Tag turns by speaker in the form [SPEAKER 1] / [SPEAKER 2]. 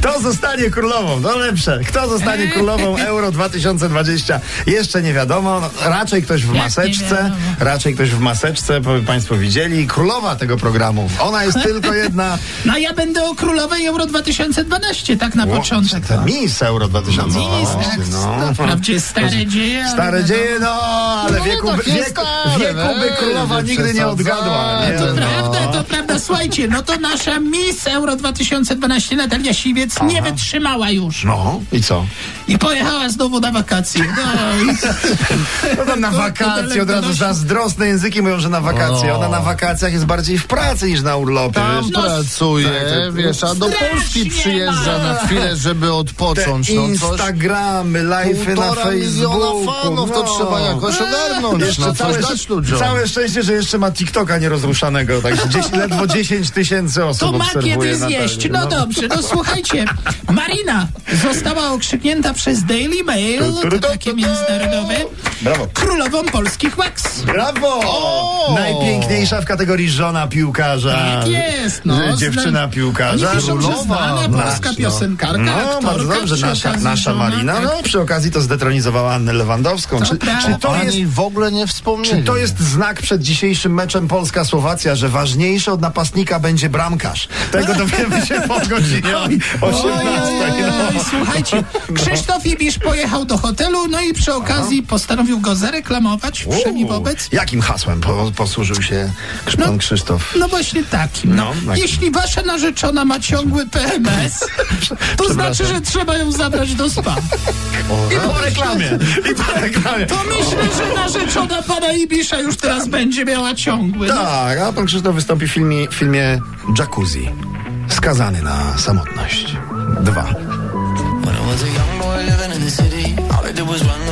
[SPEAKER 1] Kto zostanie królową? No lepsze. Kto zostanie królową Euro 2020? Jeszcze nie wiadomo. No, raczej ktoś w maseczce. Raczej ktoś w maseczce. Państwo widzieli. Królowa tego programu. Ona jest tylko jedna.
[SPEAKER 2] No ja będę o królowej Euro 2012, tak na początek.
[SPEAKER 1] Miss Euro 2012.
[SPEAKER 2] Miss, tak. No, wprawdzie stare dzieje.
[SPEAKER 1] Stare dzieje, no, ale wieku by królowa nigdy nie odgadła. Nie,
[SPEAKER 2] To prawda. Słuchajcie, no to nasza Miss Euro 2012 Natalia Siwiec nie wytrzymała już.
[SPEAKER 1] No, i co?
[SPEAKER 2] I pojechała znowu na wakacje.
[SPEAKER 1] No to na wakacje, od razu zazdrosne języki mówią, że na wakacje. Ona na wakacjach jest bardziej w pracy niż na urlopie.
[SPEAKER 3] Tam pracuje, wiesz, a do Polski przyjeżdża na chwilę, żeby odpocząć.
[SPEAKER 1] Te Instagramy, live'y na Facebooku.
[SPEAKER 3] Fanów, to trzeba jakoś ogarnąć.
[SPEAKER 1] Jeszcze całe szczęście, że jeszcze ma TikToka nierozruszanego, tak ledwo 10 000 osób
[SPEAKER 2] to ma
[SPEAKER 1] obserwuje
[SPEAKER 2] kiedy zjeść. No dobrze, no słuchajcie, Marina została okrzyknięta przez Daily Mail, to takie międzynarodowe, królową polskich wax.
[SPEAKER 1] Brawo! Najpiękniejsza w kategorii żona piłkarza.
[SPEAKER 2] Tak jest, no.
[SPEAKER 1] Dziewczyna piłkarza.
[SPEAKER 2] Oni piszą, że znana polska piosenkarka, aktorka,
[SPEAKER 1] bardzo dobrze, nasza Marina. No, przy okazji to zdetronizowała Annę Lewandowską. Czy to jest,
[SPEAKER 3] w ogóle nie wspomnieli.
[SPEAKER 1] Czy to jest znak przed dzisiejszym meczem Polska-Słowacja, że ważniejszy od napastnika będzie bramkarz? Tego dowiemy się po godzinie 18.
[SPEAKER 2] Słuchajcie, Krzysztof Ibisz pojechał do hotelu, no i przy okazji postanowił go zareklamować wszemi wobec.
[SPEAKER 1] Jakim hasłem posłużył się pan Krzysztof?
[SPEAKER 2] No właśnie takim. Jeśli wasza narzeczona ma ciągły PMS, to znaczy, że trzeba ją zabrać do spa.
[SPEAKER 1] I po reklamie.
[SPEAKER 2] To myślę, że narzeczona pana Ibisza już teraz będzie miała ciągły.
[SPEAKER 1] Tak, a pan Krzysztof wystąpi w filmie Jacuzzi. Skazany na samotność 2.